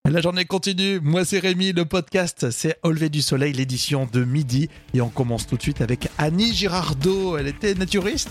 La journée continue, moi c'est Rémi, le podcast c'est Au lever du soleil, l'édition de midi. Et on commence tout de suite avec Annie Girardot, elle était naturiste.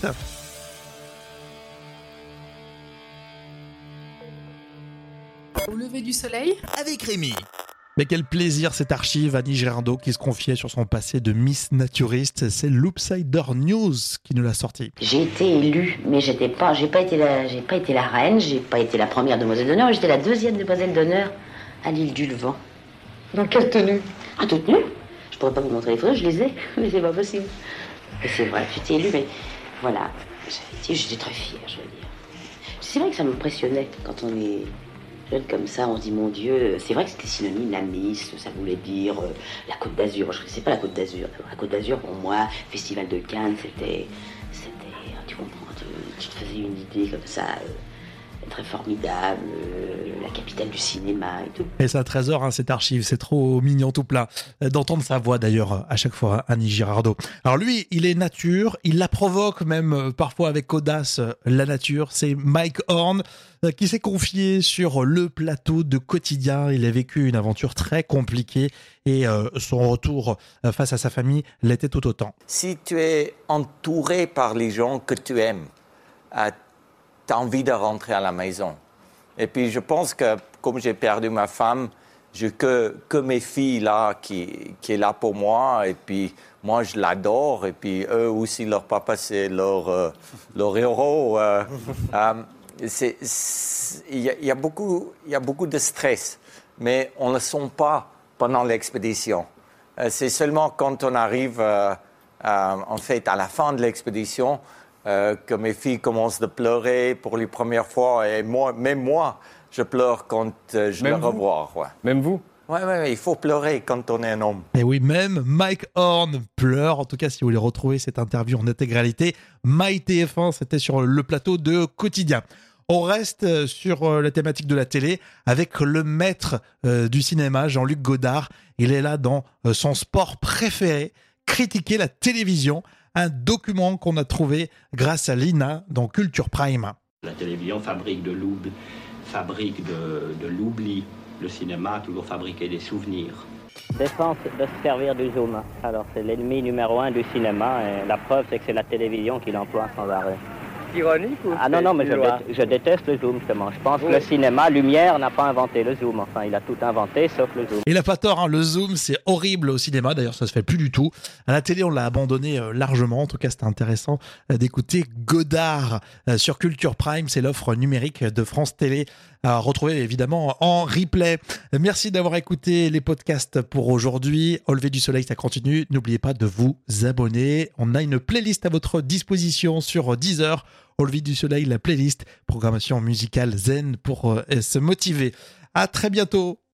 Au lever du soleil avec Rémi. Mais quel plaisir cette archive, Annie Girardot qui se confiait sur son passé de Miss Naturiste. C'est l'Oopsider News qui nous l'a sorti. J'ai été élue, mais j'ai pas été la reine, j'ai pas été la première demoiselle d'honneur, j'étais la deuxième demoiselle d'honneur à l'île du Levant. Dans quelle tenue? Ah, toute nue. Je pourrais pas vous montrer les photos, je les ai, mais c'est pas possible. Et c'est vrai, j'étais élue, mais voilà, j'étais très fière, je veux dire. C'est vrai que ça m'impressionnait quand on est jeune comme ça, on se dit mon Dieu, c'est vrai que c'était synonyme, la Miss, ça voulait dire la Côte d'Azur. Moi, je ne connaissais pas la Côte d'Azur. La Côte d'Azur, pour moi, Festival de Cannes, c'était tu comprends, tu te faisais une idée comme ça, très formidable, la capitale du cinéma et tout. Et c'est un trésor, hein, cette archive, c'est trop mignon tout plein d'entendre sa voix d'ailleurs à chaque fois, Annie Girardot. Alors lui, il est nature, il la provoque même parfois avec audace, la nature. C'est Mike Horn qui s'est confié sur le plateau de Quotidien. Il a vécu une aventure très compliquée et son retour face à sa famille l'était tout autant. Si tu es entouré par les gens que tu aimes, tu as envie de rentrer à la maison. Et puis je pense que comme j'ai perdu ma femme, j'ai que mes filles là qui est là pour moi. Et puis moi je l'adore. Et puis eux aussi, leur papa c'est leur héros. Il y a beaucoup de stress, mais on ne le sent pas pendant l'expédition. C'est seulement quand on arrive en fait à la fin de l'expédition que mes filles commencent de pleurer pour les premières fois. Et même moi, je pleure quand je les revois. Ouais. Même vous? Oui, il faut pleurer quand on est un homme. Et oui, même Mike Horn pleure. En tout cas, si vous voulez retrouver cette interview en intégralité, MyTF1, c'était sur le plateau de Quotidien. On reste sur la thématique de la télé avec le maître du cinéma, Jean-Luc Godard. Il est là dans son sport préféré, critiquer la télévision. Un document qu'on a trouvé grâce à Lina dans Culture Prime. La télévision fabrique de l'oubli. Le cinéma a toujours fabriqué des souvenirs. Défense de se servir du zoom. Alors c'est l'ennemi numéro 1 du cinéma et la preuve c'est que c'est la télévision qui l'emploie sans arrêt. Ironique ou non, mais je déteste le zoom justement. Je pense que le cinéma, Lumière n'a pas inventé le zoom. Enfin, il a tout inventé sauf le zoom. Il n'a pas tort, hein. Le zoom c'est horrible au cinéma. D'ailleurs, ça se fait plus du tout. À la télé, on l'a abandonné largement. En tout cas, c'était intéressant d'écouter Godard sur Culture Prime. C'est l'offre numérique de France Télé à retrouver évidemment en replay. Merci d'avoir écouté les podcasts pour aujourd'hui. Au lever du soleil, ça continue. N'oubliez pas de vous abonner. On a une playlist à votre disposition sur Deezer. Au lever du soleil, la playlist, programmation musicale zen pour se motiver. À très bientôt.